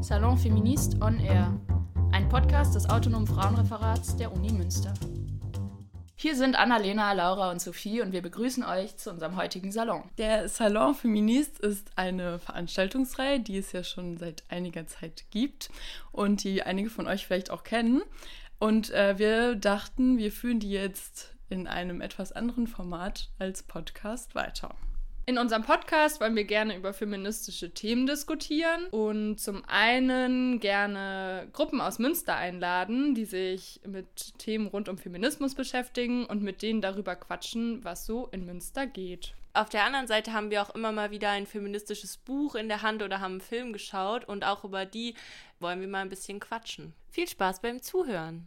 Salon Feminist on Air, ein Podcast des Autonomen Frauenreferats der Uni Münster. Hier sind Annalena, Laura und Sophie und wir begrüßen euch zu unserem heutigen Salon. Der Salon Feminist ist eine Veranstaltungsreihe, die es ja schon seit einiger Zeit gibt und die einige von euch vielleicht auch kennen. Und wir dachten, wir führen die jetzt in einem etwas anderen Format als Podcast weiter. In unserem Podcast wollen wir gerne über feministische Themen diskutieren und zum einen gerne Gruppen aus Münster einladen, die sich mit Themen rund um Feminismus beschäftigen und mit denen darüber quatschen, was so in Münster geht. Auf der anderen Seite haben wir auch immer mal wieder ein feministisches Buch in der Hand oder haben einen Film geschaut und auch über die wollen wir mal ein bisschen quatschen. Viel Spaß beim Zuhören!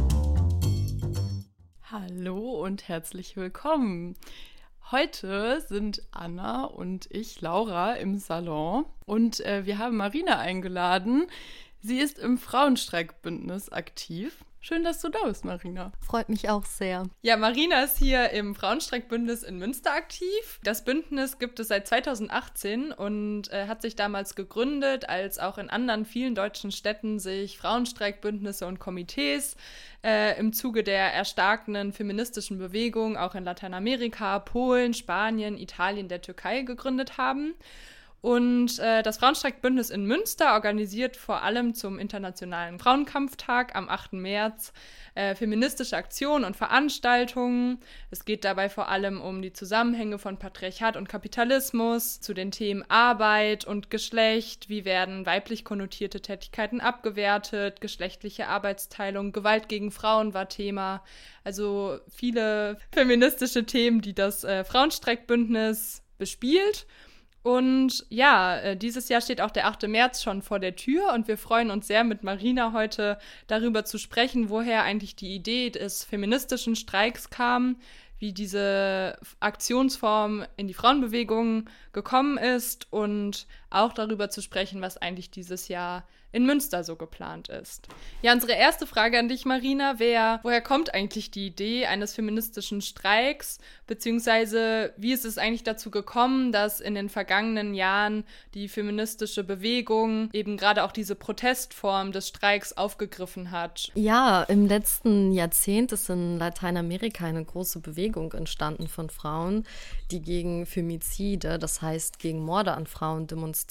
Hallo und herzlich willkommen! Heute sind Anna und ich, Laura, im Salon und wir haben Marina eingeladen. Sie ist im Frauenstreikbündnis aktiv. Schön, dass du da bist, Marina. Freut mich auch sehr. Ja, Marina ist hier im Frauenstreikbündnis in Münster aktiv. Das Bündnis gibt es seit 2018 und hat sich damals gegründet, als auch in anderen vielen deutschen Städten sich Frauenstreikbündnisse und Komitees im Zuge der erstarkenden feministischen Bewegung auch in Lateinamerika, Polen, Spanien, Italien, der Türkei gegründet haben. Und das Frauenstreikbündnis in Münster organisiert vor allem zum Internationalen Frauenkampftag am 8. März feministische Aktionen und Veranstaltungen. Es geht dabei vor allem um die Zusammenhänge von Patriarchat und Kapitalismus, zu den Themen Arbeit und Geschlecht, wie werden weiblich konnotierte Tätigkeiten abgewertet, geschlechtliche Arbeitsteilung, Gewalt gegen Frauen war Thema. Also viele feministische Themen, die das Frauenstreikbündnis bespielt. Und ja, dieses Jahr steht auch der 8. März schon vor der Tür und wir freuen uns sehr, mit Marina heute darüber zu sprechen, woher eigentlich die Idee des feministischen Streiks kam, wie diese Aktionsform in die Frauenbewegung gekommen ist und auch darüber zu sprechen, was eigentlich dieses Jahr in Münster so geplant ist. Ja, unsere erste Frage an dich, Marina, woher kommt eigentlich die Idee eines feministischen Streiks, beziehungsweise wie ist es eigentlich dazu gekommen, dass in den vergangenen Jahren die feministische Bewegung eben gerade auch diese Protestform des Streiks aufgegriffen hat? Ja, im letzten Jahrzehnt ist in Lateinamerika eine große Bewegung entstanden von Frauen, die gegen Femizide, das heißt gegen Morde an Frauen,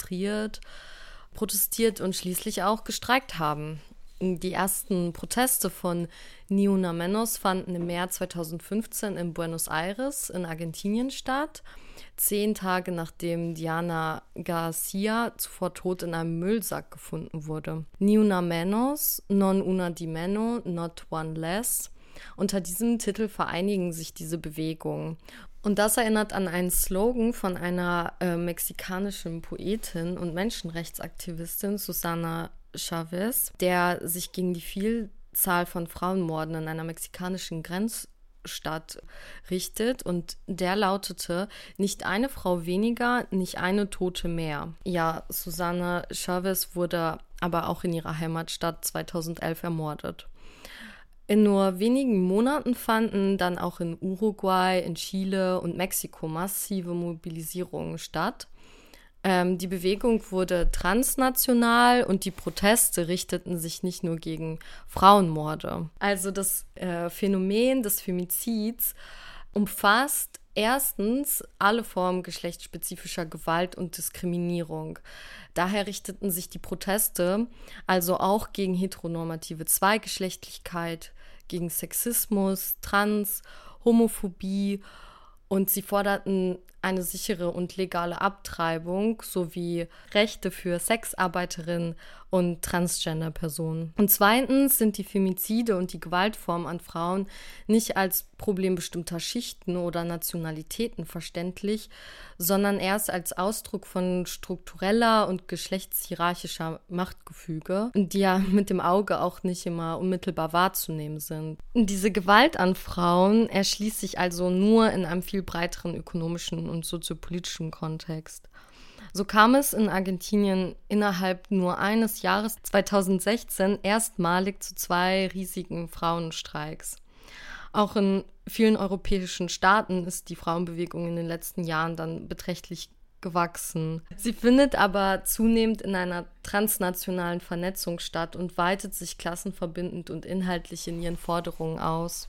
protestiert und schließlich auch gestreikt haben. Die ersten Proteste von Ni Una Menos fanden im März 2015 in Buenos Aires in Argentinien statt, 10 Tage nachdem Diana Garcia zuvor tot in einem Müllsack gefunden wurde. Ni Una Menos, Non Una Di Meno, Not One Less. Unter diesem Titel vereinigen sich diese Bewegungen. Und das erinnert an einen Slogan von einer mexikanischen Poetin und Menschenrechtsaktivistin, Susana Chavez, der sich gegen die Vielzahl von Frauenmorden in einer mexikanischen Grenzstadt richtet. Und der lautete: Nicht eine Frau weniger, nicht eine Tote mehr. Ja, Susana Chavez wurde aber auch in ihrer Heimatstadt 2011 ermordet. In nur wenigen Monaten fanden dann auch in Uruguay, in Chile und Mexiko massive Mobilisierungen statt. Die Bewegung wurde transnational und die Proteste richteten sich nicht nur gegen Frauenmorde. Also das Phänomen des Femizids umfasst erstens alle Formen geschlechtsspezifischer Gewalt und Diskriminierung. Daher richteten sich die Proteste also auch gegen heteronormative Zweigeschlechtlichkeit, gegen Sexismus, Trans, Homophobie und sie forderten eine sichere und legale Abtreibung sowie Rechte für Sexarbeiterinnen und Transgender-Personen. Und zweitens sind die Femizide und die Gewaltformen an Frauen nicht als Problem bestimmter Schichten oder Nationalitäten verständlich, sondern erst als Ausdruck von struktureller und geschlechtshierarchischer Machtgefüge, die ja mit dem Auge auch nicht immer unmittelbar wahrzunehmen sind. Diese Gewalt an Frauen erschließt sich also nur in einem viel breiteren ökonomischen und soziopolitischen Kontext. So kam es in Argentinien innerhalb nur eines Jahres 2016 erstmalig zu 2 riesigen Frauenstreiks. Auch in vielen europäischen Staaten ist die Frauenbewegung in den letzten Jahren dann beträchtlich gewachsen. Sie findet aber zunehmend in einer transnationalen Vernetzung statt und weitet sich klassenverbindend und inhaltlich in ihren Forderungen aus.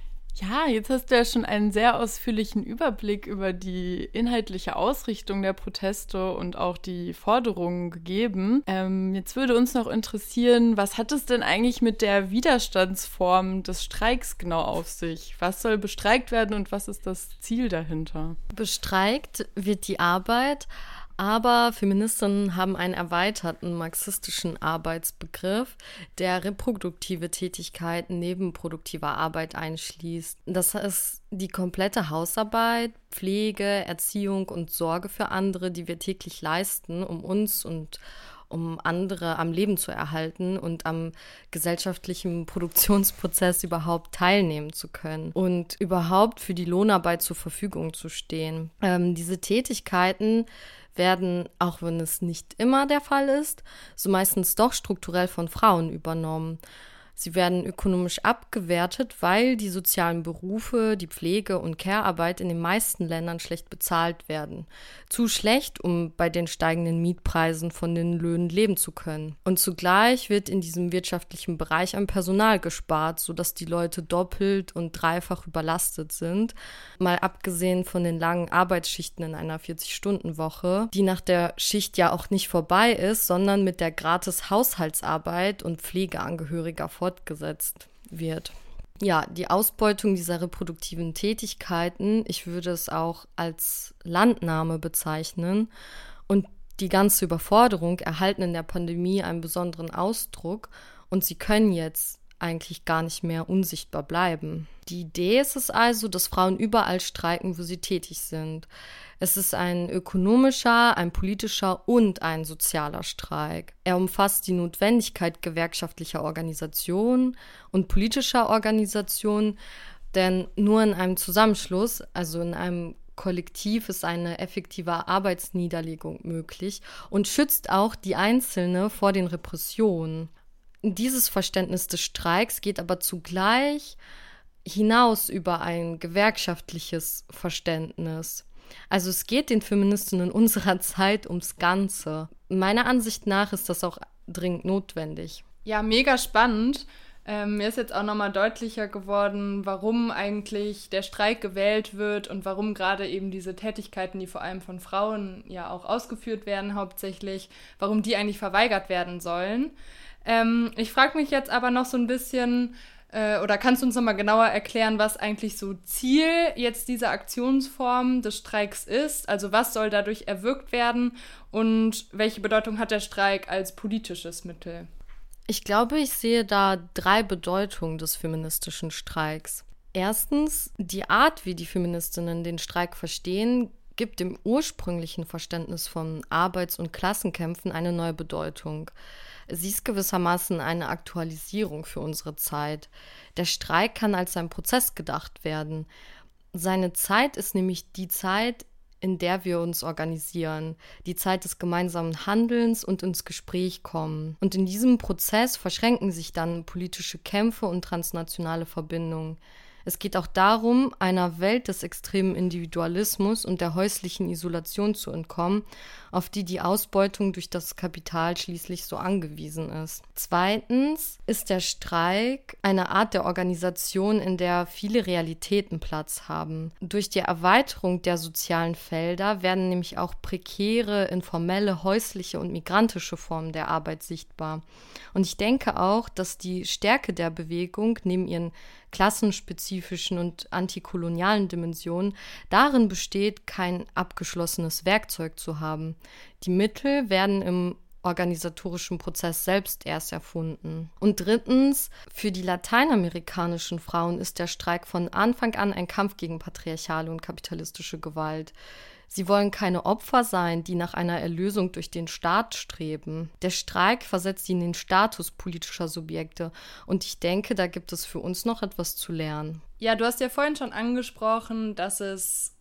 Ja, jetzt hast du ja schon einen sehr ausführlichen Überblick über die inhaltliche Ausrichtung der Proteste und auch die Forderungen gegeben. Jetzt würde uns noch interessieren, was hat es denn eigentlich mit der Widerstandsform des Streiks genau auf sich? Was soll bestreikt werden und was ist das Ziel dahinter? Bestreikt wird die Arbeit, aber Feministinnen haben einen erweiterten marxistischen Arbeitsbegriff, der reproduktive Tätigkeiten neben produktiver Arbeit einschließt. Das ist die komplette Hausarbeit, Pflege, Erziehung und Sorge für andere, die wir täglich leisten, um uns und um andere am Leben zu erhalten und am gesellschaftlichen Produktionsprozess überhaupt teilnehmen zu können und überhaupt für die Lohnarbeit zur Verfügung zu stehen. Diese Tätigkeiten werden, auch wenn es nicht immer der Fall ist, so meistens doch strukturell von Frauen übernommen. Sie werden ökonomisch abgewertet, weil die sozialen Berufe, die Pflege- und Care-Arbeit in den meisten Ländern schlecht bezahlt werden. Zu schlecht, um bei den steigenden Mietpreisen von den Löhnen leben zu können. Und zugleich wird in diesem wirtschaftlichen Bereich am Personal gespart, sodass die Leute doppelt und dreifach überlastet sind. Mal abgesehen von den langen Arbeitsschichten in einer 40-Stunden-Woche, die nach der Schicht ja auch nicht vorbei ist, sondern mit der gratis Haushaltsarbeit und Pflege Angehöriger fortgesetzt wird. Ja, die Ausbeutung dieser reproduktiven Tätigkeiten, ich würde es auch als Landnahme bezeichnen, und die ganze Überforderung erhalten in der Pandemie einen besonderen Ausdruck und sie können jetzt eigentlich gar nicht mehr unsichtbar bleiben. Die Idee ist es also, dass Frauen überall streiken, wo sie tätig sind. Es ist ein ökonomischer, ein politischer und ein sozialer Streik. Er umfasst die Notwendigkeit gewerkschaftlicher Organisationen und politischer Organisationen, denn nur in einem Zusammenschluss, also in einem Kollektiv, ist eine effektive Arbeitsniederlegung möglich und schützt auch die Einzelne vor den Repressionen. Dieses Verständnis des Streiks geht aber zugleich hinaus über ein gewerkschaftliches Verständnis. Also es geht den Feministinnen unserer Zeit ums Ganze. Meiner Ansicht nach ist das auch dringend notwendig. Ja, mega spannend. Mir ist jetzt auch nochmal deutlicher geworden, warum eigentlich der Streik gewählt wird und warum gerade eben diese Tätigkeiten, die vor allem von Frauen ja auch ausgeführt werden hauptsächlich, warum die eigentlich verweigert werden sollen. Ich frage mich jetzt aber noch so ein bisschen, oder kannst du uns nochmal genauer erklären, was eigentlich so Ziel jetzt dieser Aktionsform des Streiks ist? Also was soll dadurch erwirkt werden und welche Bedeutung hat der Streik als politisches Mittel? Ich glaube, ich sehe da 3 Bedeutungen des feministischen Streiks. Erstens, die Art, wie die Feministinnen den Streik verstehen, gibt dem ursprünglichen Verständnis von Arbeits- und Klassenkämpfen eine neue Bedeutung. Sie ist gewissermaßen eine Aktualisierung für unsere Zeit. Der Streik kann als ein Prozess gedacht werden. Seine Zeit ist nämlich die Zeit, in der wir uns organisieren, die Zeit des gemeinsamen Handelns und ins Gespräch kommen. Und in diesem Prozess verschränken sich dann politische Kämpfe und transnationale Verbindungen. Es geht auch darum, einer Welt des extremen Individualismus und der häuslichen Isolation zu entkommen, auf die die Ausbeutung durch das Kapital schließlich so angewiesen ist. Zweitens ist der Streik eine Art der Organisation, in der viele Realitäten Platz haben. Durch die Erweiterung der sozialen Felder werden nämlich auch prekäre, informelle, häusliche und migrantische Formen der Arbeit sichtbar. Und ich denke auch, dass die Stärke der Bewegung neben ihren klassenspezifischen und antikolonialen Dimensionen darin besteht, kein abgeschlossenes Werkzeug zu haben. Die Mittel werden im organisatorischen Prozess selbst erst erfunden. Und drittens, für die lateinamerikanischen Frauen ist der Streik von Anfang an ein Kampf gegen patriarchale und kapitalistische Gewalt. Sie wollen keine Opfer sein, die nach einer Erlösung durch den Staat streben. Der Streik versetzt sie in den Status politischer Subjekte und ich denke, da gibt es für uns noch etwas zu lernen. Ja, du hast ja vorhin schon angesprochen, dass es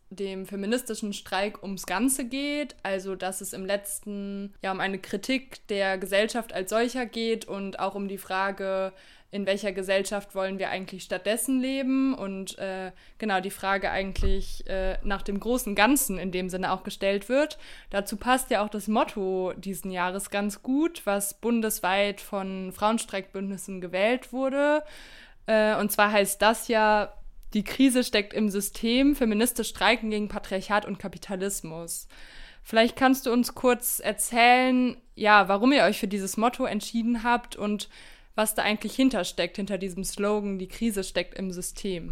dem feministischen Streik ums Ganze geht, also dass es im letzten ja um eine Kritik der Gesellschaft als solcher geht und auch um die Frage, in welcher Gesellschaft wollen wir eigentlich stattdessen leben und genau die Frage eigentlich nach dem großen Ganzen in dem Sinne auch gestellt wird. Dazu passt ja auch das Motto diesen Jahres ganz gut, was bundesweit von Frauenstreikbündnissen gewählt wurde. Und zwar heißt das ja: Die Krise steckt im System, feministisch streiken gegen Patriarchat und Kapitalismus. Vielleicht kannst du uns kurz erzählen, ja, warum ihr euch für dieses Motto entschieden habt und was da eigentlich hintersteckt, hinter diesem Slogan, die Krise steckt im System.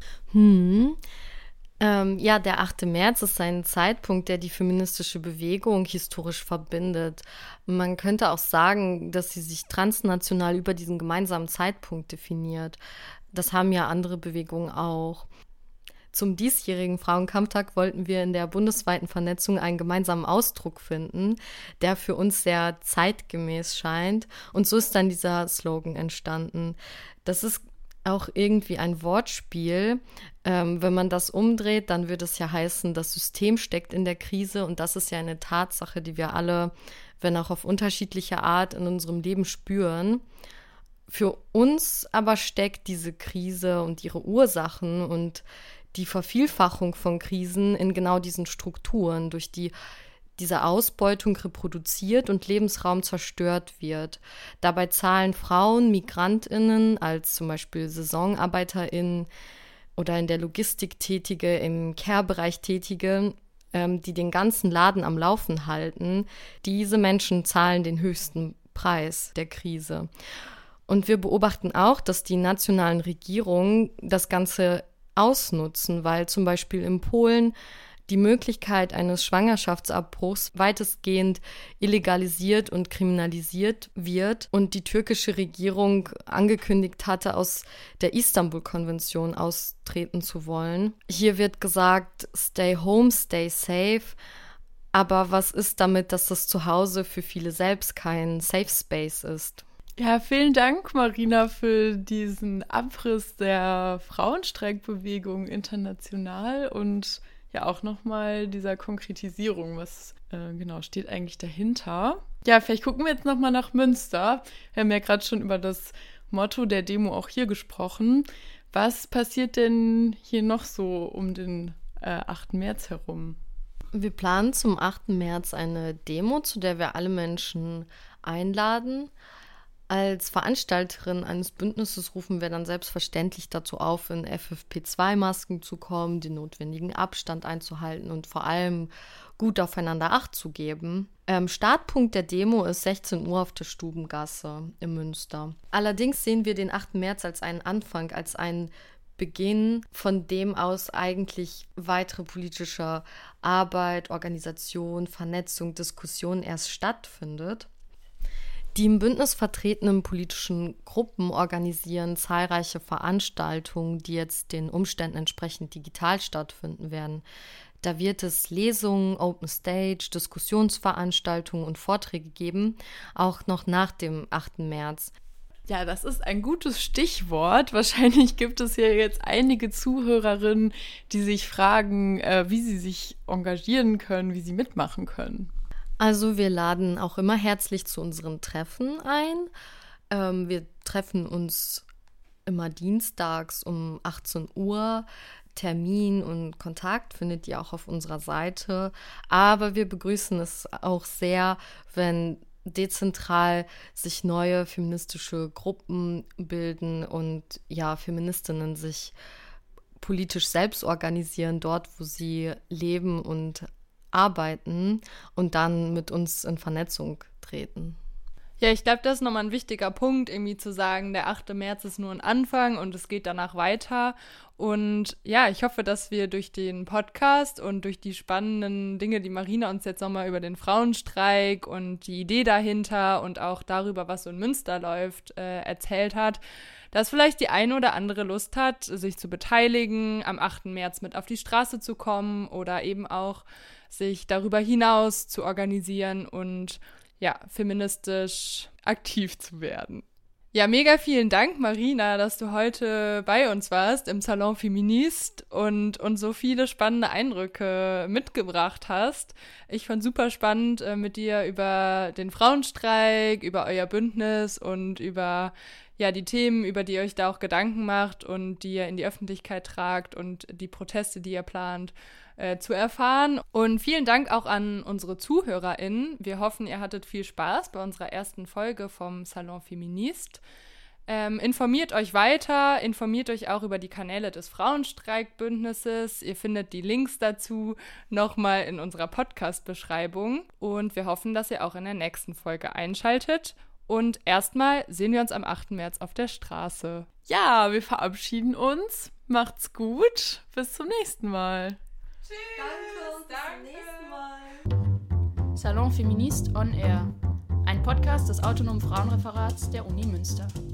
Ja, der 8. März ist ein Zeitpunkt, der die feministische Bewegung historisch verbindet. Man könnte auch sagen, dass sie sich transnational über diesen gemeinsamen Zeitpunkt definiert. Das haben ja andere Bewegungen auch. Zum diesjährigen Frauenkampftag wollten wir in der bundesweiten Vernetzung einen gemeinsamen Ausdruck finden, der für uns sehr zeitgemäß scheint. Und so ist dann dieser Slogan entstanden. Das ist auch irgendwie ein Wortspiel. Wenn man das umdreht, dann würde es ja heißen, das System steckt in der Krise. Und das ist ja eine Tatsache, die wir alle, wenn auch auf unterschiedliche Art, in unserem Leben spüren. Für uns aber steckt diese Krise und ihre Ursachen und die Vervielfachung von Krisen in genau diesen Strukturen, durch die diese Ausbeutung reproduziert und Lebensraum zerstört wird. Dabei zahlen Frauen, MigrantInnen als zum Beispiel SaisonarbeiterInnen oder in der Logistik Tätige, im Care-Bereich Tätige, die den ganzen Laden am Laufen halten, diese Menschen zahlen den höchsten Preis der Krise. Und wir beobachten auch, dass die nationalen Regierungen das Ganze ausnutzen, weil zum Beispiel in Polen die Möglichkeit eines Schwangerschaftsabbruchs weitestgehend illegalisiert und kriminalisiert wird und die türkische Regierung angekündigt hatte, aus der Istanbul-Konvention austreten zu wollen. Hier wird gesagt, stay home, stay safe. Aber was ist damit, dass das Zuhause für viele selbst kein Safe Space ist? Ja, vielen Dank, Marina, für diesen Abriss der Frauenstreikbewegung international und ja auch nochmal dieser Konkretisierung, was genau steht eigentlich dahinter. Ja, vielleicht gucken wir jetzt nochmal nach Münster. Wir haben ja gerade schon über das Motto der Demo auch hier gesprochen. Was passiert denn hier noch so um den 8. März herum? Wir planen zum 8. März eine Demo, zu der wir alle Menschen einladen. Als Veranstalterin eines Bündnisses rufen wir dann selbstverständlich dazu auf, in FFP2-Masken zu kommen, den notwendigen Abstand einzuhalten und vor allem gut aufeinander Acht zu geben. Startpunkt der Demo ist 16 Uhr auf der Stubengasse in Münster. Allerdings sehen wir den 8. März als einen Anfang, als einen Beginn, von dem aus eigentlich weitere politische Arbeit, Organisation, Vernetzung, Diskussion erst stattfindet. Die im Bündnis vertretenen politischen Gruppen organisieren zahlreiche Veranstaltungen, die jetzt den Umständen entsprechend digital stattfinden werden. Da wird es Lesungen, Open Stage, Diskussionsveranstaltungen und Vorträge geben, auch noch nach dem 8. März. Ja, das ist ein gutes Stichwort. Wahrscheinlich gibt es hier jetzt einige Zuhörerinnen, die sich fragen, wie sie sich engagieren können, wie sie mitmachen können. Also wir laden auch immer herzlich zu unseren Treffen ein. Wir treffen uns immer dienstags um 18 Uhr. Termin und Kontakt findet ihr auch auf unserer Seite. Aber wir begrüßen es auch sehr, wenn dezentral sich neue feministische Gruppen bilden und ja, Feministinnen sich politisch selbst organisieren, dort, wo sie leben und arbeiten und dann mit uns in Vernetzung treten. Ja, ich glaube, das ist nochmal ein wichtiger Punkt, irgendwie zu sagen, der 8. März ist nur ein Anfang und es geht danach weiter. Und ja, ich hoffe, dass wir durch den Podcast und durch die spannenden Dinge, die Marina uns jetzt nochmal über den Frauenstreik und die Idee dahinter und auch darüber, was so in Münster läuft, erzählt hat, dass vielleicht die eine oder andere Lust hat, sich zu beteiligen, am 8. März mit auf die Straße zu kommen oder eben auch sich darüber hinaus zu organisieren und ja, feministisch aktiv zu werden. Ja, mega vielen Dank, Marina, dass du heute bei uns warst im Salon Feminist und uns so viele spannende Eindrücke mitgebracht hast. Ich fand super spannend, mit dir über den Frauenstreik, über euer Bündnis und über die Themen, über die ihr euch da auch Gedanken macht und die ihr in die Öffentlichkeit tragt und die Proteste, die ihr plant, zu erfahren. Und vielen Dank auch an unsere ZuhörerInnen. Wir hoffen, ihr hattet viel Spaß bei unserer ersten Folge vom Salon Feminist. Informiert euch weiter, informiert euch auch über die Kanäle des Frauenstreikbündnisses. Ihr findet die Links dazu nochmal in unserer Podcast-Beschreibung. Und wir hoffen, dass ihr auch in der nächsten Folge einschaltet. Und erstmal sehen wir uns am 8. März auf der Straße. Ja, wir verabschieden uns. Macht's gut. Bis zum nächsten Mal. Tschüss. Danke. Bis zum nächsten Mal. Salon Feminist on Air. Ein Podcast des Autonomen Frauenreferats der Uni Münster.